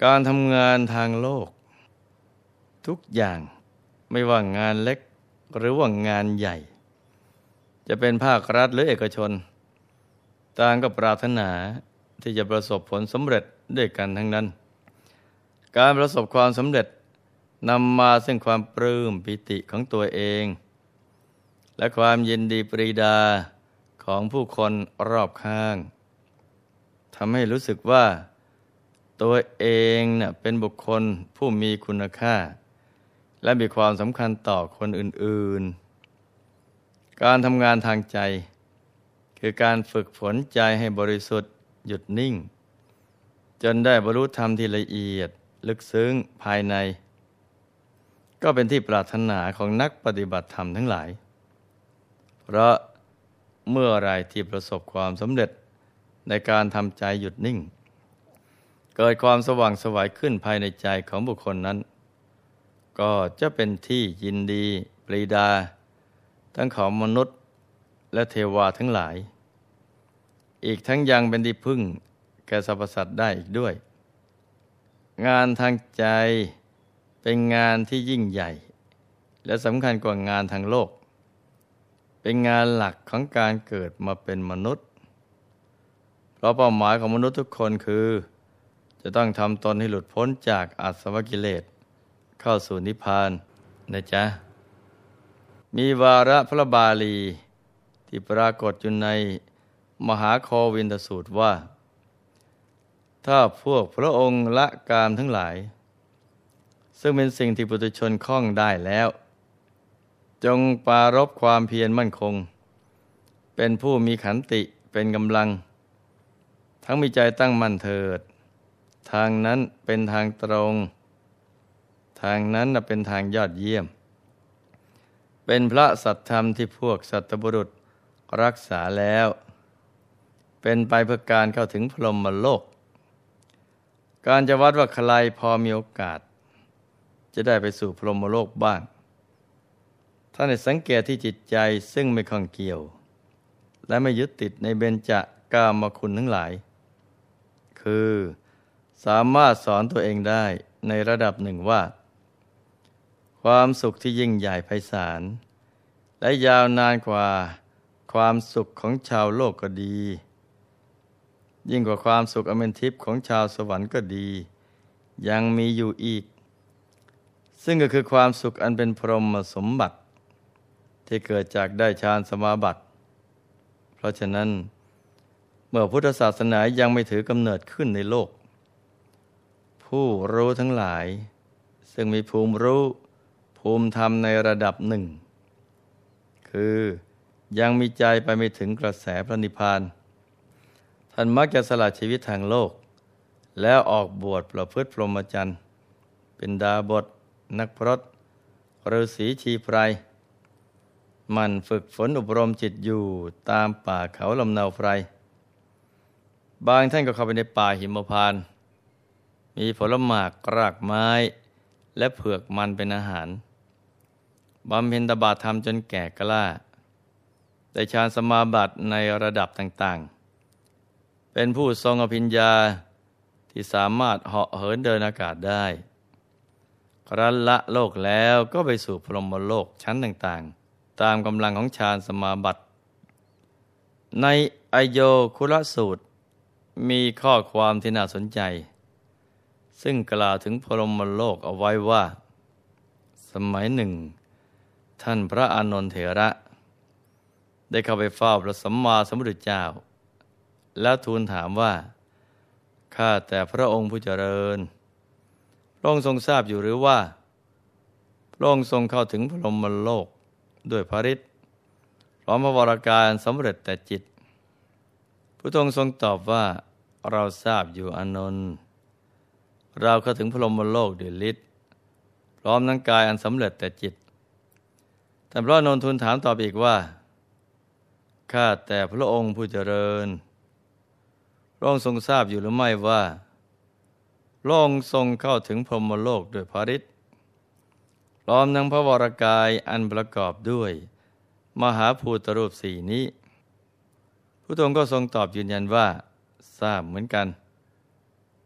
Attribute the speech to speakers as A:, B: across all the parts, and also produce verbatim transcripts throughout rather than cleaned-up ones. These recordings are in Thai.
A: การทำงานทางโลกทุกอย่างไม่ว่างานเล็กหรือว่างานใหญ่จะเป็นภาครัฐหรือเอกชนต่างก็ปรารถนาที่จะประสบผลสำเร็จด้วยกันทั้งนั้นการประสบความสำเร็จนำมาซึ่งความปลื้มปิติของตัวเองและความยินดีปรีดาของผู้คนรอบข้างทำให้รู้สึกว่าตัวเองน่ะเป็นบุคคลผู้มีคุณค่าและมีความสำคัญต่อคนอื่นๆการทำงานทางใจคือการฝึกฝนใจให้บริสุทธิ์หยุดนิ่งจนได้บรรลุธรรมที่ละเอียดลึกซึ้งภายในก็เป็นที่ปรารถนาของนักปฏิบัติธรรมทั้งหลายเพราะเมื่อไรที่ประสบความสำเร็จในการทำใจหยุดนิ่งเกิดความสว่างไสวขึ้นภายในใจของบุคคลนั้นก็จะเป็นที่ยินดีปรีดาทั้งของมนุษย์และเทวาทั้งหลายอีกทั้งยังเป็นที่พึ่งแก่สรรพสัตว์ได้อีกด้วยงานทางใจเป็นงานที่ยิ่งใหญ่และสำคัญกว่างานทางโลกเป็นงานหลักของการเกิดมาเป็นมนุษย์เพราะเป้าหมายของมนุษย์ทุกคนคือจะต้องทำตนให้หลุดพ้นจากอาสวะกิเลสเข้าสู่นิพพานนะจ๊ะมีวาระพระบาลีที่ปรากฏอยู่ในมหาโควินทสูตรว่าถ้าพวกพระองค์ละกามทั้งหลายซึ่งเป็นสิ่งที่ปุถุชนคล่องได้แล้วจงปรารภความเพียรมั่นคงเป็นผู้มีขันติเป็นกำลังทั้งมีใจตั้งมั่นเถิดทางนั้นเป็นทางตรงทางนั้นเป็นทางยอดเยี่ยมเป็นพระสัตธรรมที่พวกสัตบุรุษรักษาแล้วเป็นไปเพื่อการเข้าถึงพรหมโลกการจะวัดว่าใครพอมีโอกาสจะได้ไปสู่พรหมโลกบ้างท่านให้สังเกตที่จิตใจซึ่งไม่ข้องเกี่ยวและไม่ยึดติดในเบญจกามคุณทั้งหลายคือสามารถสอนตัวเองได้ในระดับหนึ่งว่าความสุขที่ยิ่งใหญ่ไพศาลและยาวนานกว่าความสุขของชาวโลกก็ดียิ่งกว่าความสุขอมตะทิพย์ของชาวสวรรค์ก็ดียังมีอยู่อีกซึ่งก็คือความสุขอันเป็นพรหมสมบัติที่เกิดจากได้ฌานสมาบัติเพราะฉะนั้นเมื่อพุทธศาสนายังไม่ถือกำเนิดขึ้นในโลกผู้รู้ทั้งหลายซึ่งมีภูมิรู้ภูมิธรรมในระดับหนึ่งคือยังมีใจไปไม่ถึงกระแสพระนิพพานท่านมักจะสละชีวิตทางโลกแล้วออกบวชประพฤติพรหมจรรย์เป็นดาบสนักพรตฤาษีชีไพรมันฝึกฝนอบรมจิตอยู่ตามป่าเขาลำเนาไพรบางท่านก็เข้าไปในป่าหิมพานต์มีผลหมากรากไม้และเผือกมันเป็นอาหารบำเพ็ญตบะธรรมจนแก่กล้าได้ฌานสมาบัติในระดับต่างๆเป็นผู้ทรงอภิญญาที่สามารถเหาะเหินเดินอากาศได้ครั้นละโลกแล้วก็ไปสู่พรหมโลกชั้นต่างๆตามกำลังของฌานสมาบัติในอโยคุลสูตรมีข้อความที่น่าสนใจซึ่งกล่าวถึงพรหมโลกเอาไว้ว่าสมัยหนึ่งท่านพระอานนทเถระได้เข้าไปเฝ้าพระสัมมาสัมพุทธเจ้าแล้วทูลถามว่าข้าแต่พระองค์ผู้เจริญพระองค์ทรงทราบอยู่หรือว่าพระองค์ทรงเข้าถึงพรหมโลกด้วยพระฤทธิ์พร้อมพระวรากายสำเร็จแต่จิตพระองค์ทรงตอบว่าเราทราบอยู่อานนท์เราเข้าถึงพรหมโลกด้วยฤทธิ์พร้อมทั้งกายอันสำเร็จแต่จิตแต่พระอานนท์ทูลถามตอบอีกว่าข้าแต่พระองค์ผู้เจริญพระองค์ทรงทราบอยู่หรือไม่ว่าพระองค์ทรงเข้าถึงพรหมโลกด้วยพระฤทธิ์พร้อมทั้งพระวรากายอันประกอบด้วยมหาภูตรูปสี่นี้พระองค์ก็ทรงตอบยืนยันว่าทราบเหมือนกัน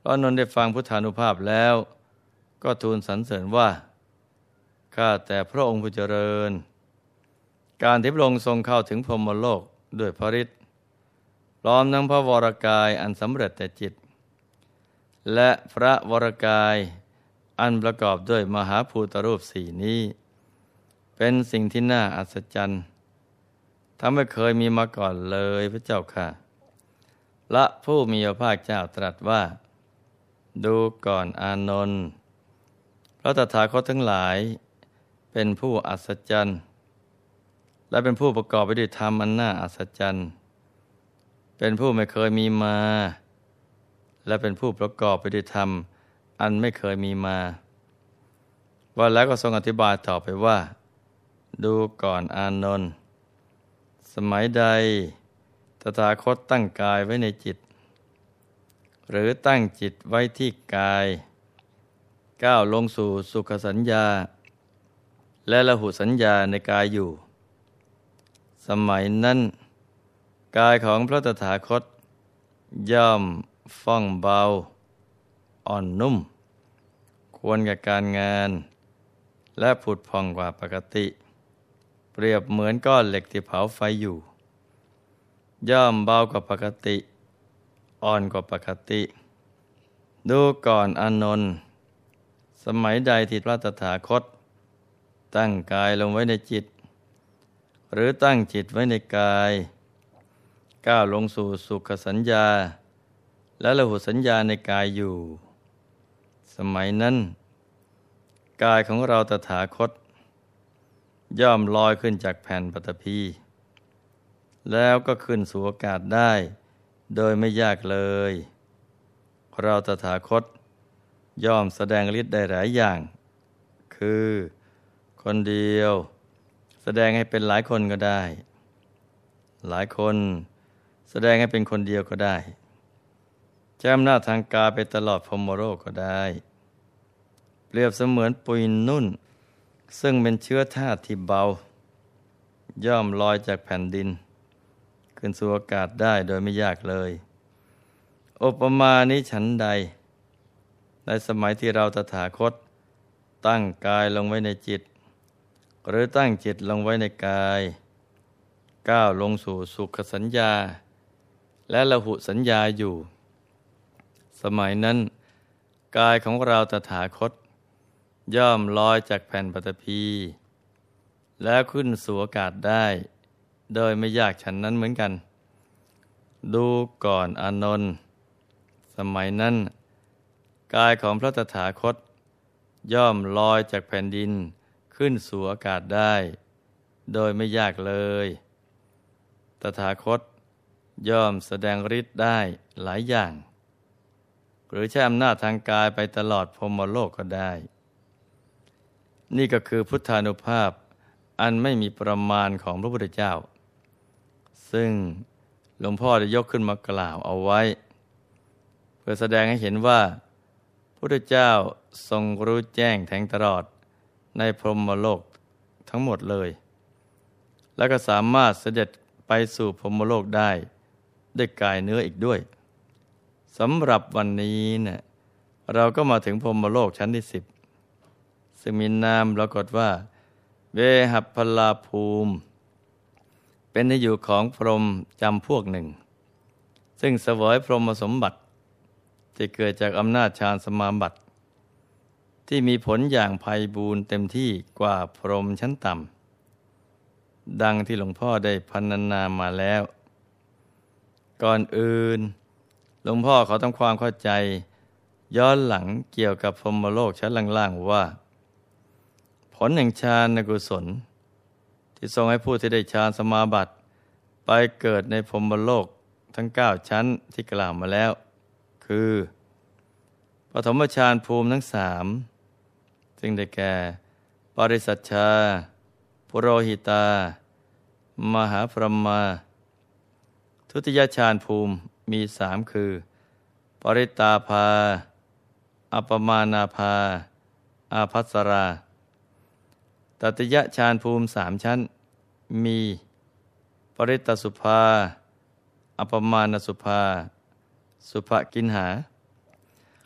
A: พระอานนท์ได้ฟังพุทธานุภาพแล้วก็ทูลสรรเสริญว่าข้าแต่พระองค์ผู้เจริญการที่พระองค์ทรงเข้าถึงพรหมโลกด้วยพระฤทธิ์พร้อมทั้งพระวรกายอันสำเร็จแต่จิตและพระวรกายอันประกอบด้วยมหาภูตรูปสี่นี้เป็นสิ่งที่น่าอัศจรรย์ทั้งไม่เคยมีมาก่อนเลยพระเจ้าค่ะและผู้มีพระภาคเจ้าตรัสว่าดูก่อนอานนท์พระตถาคตทั้งหลายเป็นผู้อัศจรรย์และเป็นผู้ประกอบไปด้วยธรรมอันน่าอัศจรรย์เป็นผู้ไม่เคยมีมาและเป็นผู้ประกอบไปด้วยธรรมอันไม่เคยมีมาว่าแล้วก็ทรงอธิบายต่อไปว่าดูก่อนอานนท์สมัยใดตถาคตตั้งกายไว้ในจิตหรือตั้งจิตไว้ที่กายก้าวลงสู่สุขสัญญาและละหุสัญญาในกายอยู่สมัยนั้นกายของพระตถาคตย่อมฟ่องเบาอ่อนนุ่มควรกับการงานและผุดผ่องกว่าปกติเปรียบเหมือนก้อนเหล็กที่เผาไฟอยู่ย่อมเบากว่าปกติอ่อนกว่าปกติดูก่อนอานนท์สมัยใดที่พระตถาคตตั้งกายลงไว้ในจิตหรือตั้งจิตไว้ในกายก้าวลงสู่สุขสัญญาและละหุสัญญาในกายอยู่สมัยนั้นกายของเราตถาคตย่อมลอยขึ้นจากแผ่นปฐพีแล้วก็ขึ้นสู่อากาศได้โดยไม่ยากเลยเราตถาคตย่อมแสดงฤทธิ์ได้หลายอย่างคือคนเดียวแสดงให้เป็นหลายคนก็ได้หลายคนแสดงให้เป็นคนเดียวก็ได้ใช้อำนาจทางกายไปตลอดพรหมโลกก็ได้เปรียบเสมือนปุยนุ่นซึ่งเป็นเชื้อธาตุที่เบาย่อมลอยจากแผ่นดินขึ้นสู่อากาศได้โดยไม่ยากเลยอุปมานี้ฉันใดในสมัยที่เราตถาคตตั้งกายลงไว้ในจิตหรือตั้งจิตลงไว้ในกายก้าวลงสู่สุขสัญญาและละหุสัญญาอยู่สมัยนั้นกายของเราตถาคตย่อมลอยจากแผ่นปฐพีแล้วขึ้นสู่อากาศได้โดยไม่ยากฉันนั้นเหมือนกันดูก่อนอานนท์สมัยนั้นกายของพระตถาคตย่อมลอยจากแผ่นดินขึ้นสู่อากาศได้โดยไม่ยากเลยตถาคตย่อมแสดงฤทธิ์ได้หลายอย่างหรือใช้อำนาจทางกายไปตลอดพรหมโลกก็ได้นี่ก็คือพุทธานุภาพอันไม่มีประมาณของพระพุทธเจ้าซึ่งหลวงพ่อได้ยกขึ้นมากล่าวเอาไว้เพื่อแสดงให้เห็นว่าพระพุทธเจ้าทรงรู้แจ้งแทงตลอดในพรหมโลกทั้งหมดเลยแล้วก็สามารถเสด็จไปสู่พรหมโลกได้ด้วยกายเนื้ออีกด้วยสำหรับวันนี้เนี่ยเราก็มาถึงพรหมโลกชั้นที่สิบซึ่งมีนามปรากฏว่าเวหัพพลาภูมิเป็นที่อยู่ของพรหมจำพวกหนึ่งซึ่งเสวยพรหมสมบัติที่เกิดจากอำนาจฌานสมาบัติที่มีผลอย่างไพบูลย์เต็มที่กว่าพรหมชั้นต่ำดังที่หลวงพ่อได้พรรณนามาแล้วก่อนอื่นหลวงพ่อขอทำความเข้าใจย้อนหลังเกี่ยวกับพรหมโลกชั้นล่างๆว่าผลแห่งฌานกุศลที่ทรงให้ผู้ที่ได้ฌานสมาบัติไปเกิดในพรหมโลกทั้งเก้าชั้นที่กล่าวมาแล้วคือปฐมฌานภูมิทั้งสามซึ่งได้แก่ปริสัชชาปุโรหิตามหาพรหมาทุติยฌานภูมิมีสามคือปริตาภาอัปปมานาภาอาภัสราตติยฌานภูมิสามชั้นมีปริตตสุภาอัปปมาณสุภาสุภกินหา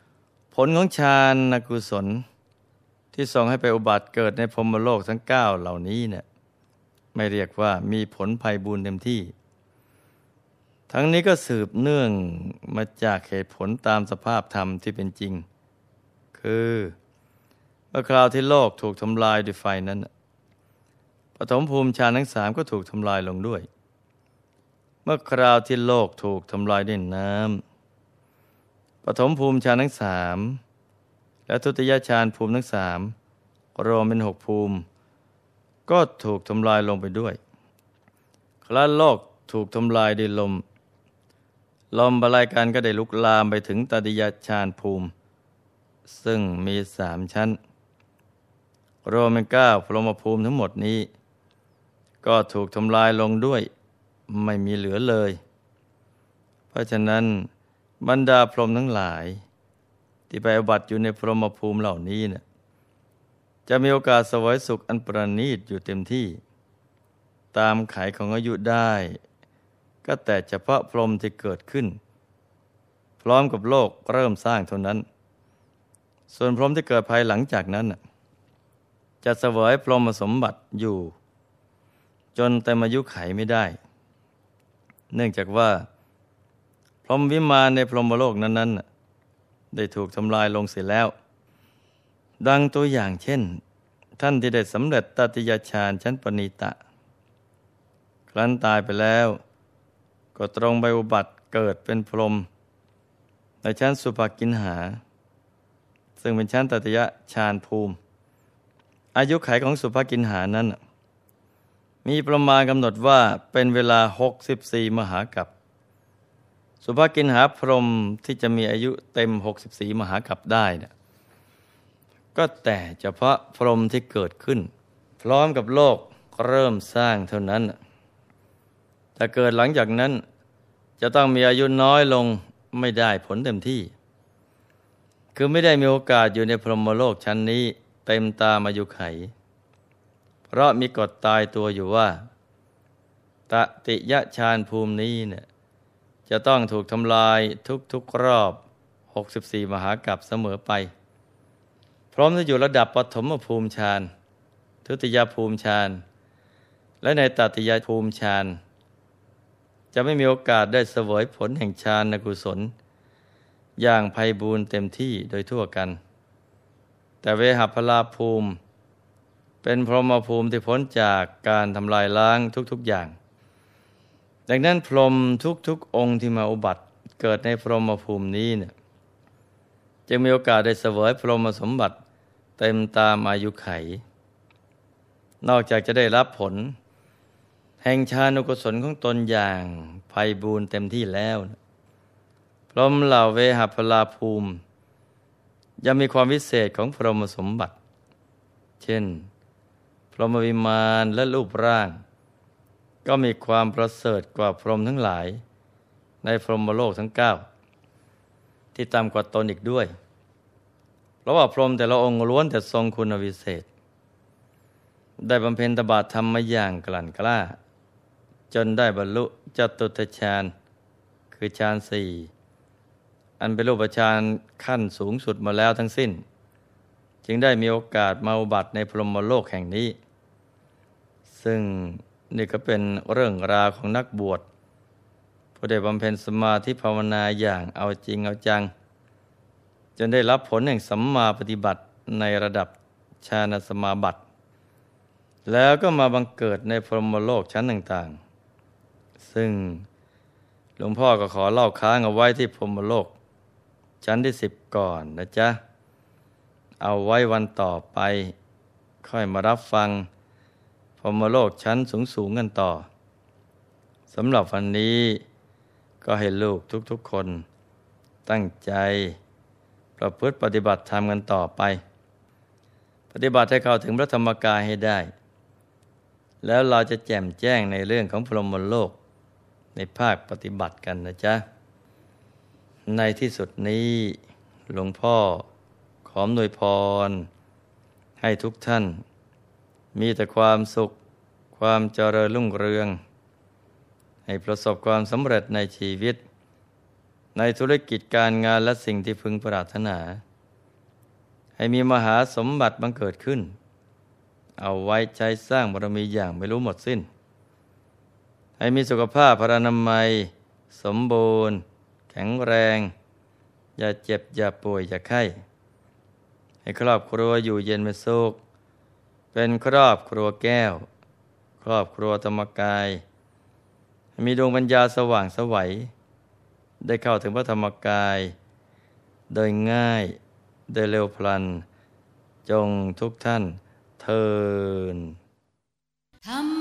A: ผลของฌานกุศลที่ส่งให้ไปอุบัติเกิดในพรหมโลกทั้งเก้าเหล่านี้เนี่ยไม่เรียกว่ามีผลไพบูลย์เต็มที่ทั้งนี้ก็สืบเนื่องมาจากเหตุผลตามสภาพธรรมที่เป็นจริงคือเมื่อคราวที่โลกถูกทำลายด้วยไฟนั้นปฐมภูมิฌานทั้งสามก็ถูกทำลายลงด้วยเมื่อคราวที่โลกถูกทำลายด้วยน้ำปฐมภูมิฌานทั้งสามและทุติยฌานภูมิทั้งสามรวมเป็นหกภูมิก็ถูกทำลายลงไปด้วยครั้นโลกถูกทำลายด้วยลมลมบรรลัยกันก็ได้ลุกลามไปถึงตติยฌานภูมิซึ่งมีสามชั้นรวมเป็นเก้าพรหมภูมิทั้งหมดนี้ก็ถูกทำลายลงด้วยไม่มีเหลือเลยเพราะฉะนั้นบรรดาพรหมทั้งหลายที่ไปอบัติอยู่ในพรหมภูมิเหล่านี้เนี่ยจะมีโอกาสเสวยสุขอันประณีตอยู่เต็มที่ตามไขของอายุได้ก็แต่เฉพาะพรหมที่เกิดขึ้นพร้อมกับโลกเริ่มสร้างเท่านั้นส่วนพรหมที่เกิดภายหลังจากนั้นจะเสวยพรหมสมบัติอยู่จนเต็มอายุไขไม่ได้เนื่องจากว่าพรหมวิมานในพรหมโลกนั้นๆได้ถูกทำลายลงเสียแล้วดังตัวอย่างเช่นท่านที่ได้สำเร็จตติยฌานชั้นปณิตะครั้นตายไปแล้วก็ตรงไปอุบัติเกิดเป็นพรหมในชั้นสุภกินหาซึ่งเป็นชั้นตติยฌานภูมิอายุขัยของสุภกินหานั้นมีประมาณกำหนดว่าเป็นเวลาหกสิบสี่มหากัปสุภกินหาพรหมที่จะมีอายุเต็มหกสิบสี่มหากัปได้นะก็แต่เฉพาะพรหมที่เกิดขึ้นพร้อมกับโลกเริ่มสร้างเท่านั้นถ้าเกิดหลังจากนั้นจะต้องมีอายุน้อยลงไม่ได้ผลเต็มที่คือไม่ได้มีโอกาสอยู่ในพรหมโลกชั้นนี้เต็มตามอายุไขเพราะมีกฎตายตัวอยู่ว่าตติยฌานภูมินี้เนี่ยจะต้องถูกทำลายทุกๆรอบหกสิบสี่มหากัปเสมอไปพร้อมจะอยู่ระดับปฐมภูมิฌานทุติยภูมิฌานและในตติยภูมิฌานจะไม่มีโอกาสได้เสวยผลแห่งฌานกุศลอย่างไพบูลย์เต็มที่โดยทั่วกันแต่เวหพลาภูมิเป็นพรหมภูมิที่พ้นจากการทำลายล้างทุกๆอย่างดังนั้นพรหมทุกๆองค์ที่มาอุบัติเกิดในพรหมภูมินี้เนี่ยจึงมีโอกาสได้เสวยพรหมสมบัติเต็มตามอายุไขนอกจากจะได้รับผลแห่งฌานกุศลของตนอย่างไพบูลย์เต็มที่แล้วพรหมเหล่าเวหพลาภูมิยังมีความวิเศษของพรหมสมบัติเช่นพรหมวิมานและรูปร่างก็มีความประเสริฐกว่าพรหมทั้งหลายในพรหมโลกทั้งเก้าที่ต่ำกว่าตนอีกด้วยเพราะว่าพรหมแต่ละองค์ล้วนแต่ทรงคุณวิเศษได้บำเพ็ญตบะธรรมมาอย่างกลั่นกล้าจนได้บรรลุจตุตฌานคือฌานสี่อันเป็นรูปฌานขั้นสูงสุดมาแล้วทั้งสิ้นจึงได้มีโอกาสมาอุบัติในพรหมโลกแห่งนี้ซึ่งนี่ก็เป็นเรื่องราวของนักบวชผู้ได้บำเพ็ญสมาธิภาวนาอย่างเอาจริงเอาจังจนได้รับผลแห่งสัมมาปฏิบัติในระดับฌานสมาบัติแล้วก็มาบังเกิดในพรหมโลกชั้นต่างๆซึ่งหลวงพ่อก็ขอเล่าค้างเอาไว้ที่พรหมโลกชั้นที่สิบก่อนนะจ๊ะเอาไว้วันต่อไปค่อยมารับฟังพรหมโลกชั้นสูงๆกันต่อสำหรับวันนี้ก็ให้ลูกทุกๆคนตั้งใจประพฤติปฏิบัติธรรมกันต่อไปปฏิบัติให้เข้าถึงพระธรรมกายให้ได้แล้วเราจะแจ่มแจ้งในเรื่องของพรหมโลกในภาคปฏิบัติกันนะจ๊ะในที่สุดนี้หลวงพ่อขออำนวยพรให้ทุกท่านมีแต่ความสุขความเจริญรุ่งเรืองให้ประสบความสำเร็จในชีวิตในธุรกิจการงานและสิ่งที่พึงปรารถนาให้มีมหาสมบัติบังเกิดขึ้นเอาไว้ใช้สร้างบารมีอย่างไม่รู้หมดสิ้นให้มีสุขภาพพรรณนามัยสมบูรณ์แข็งแรงอย่าเจ็บอย่าป่วยอย่าไข้ให้ครอบครัวอยู่เย็นเป็นสุขเป็นครอบครัวแก้วครอบครัวธรรมกายให้มีดวงปัญญาสว่างไสวได้เข้าถึงพระธรรมกายโดยง่ายโดยเร็วพลันจงทุกท่านเทิน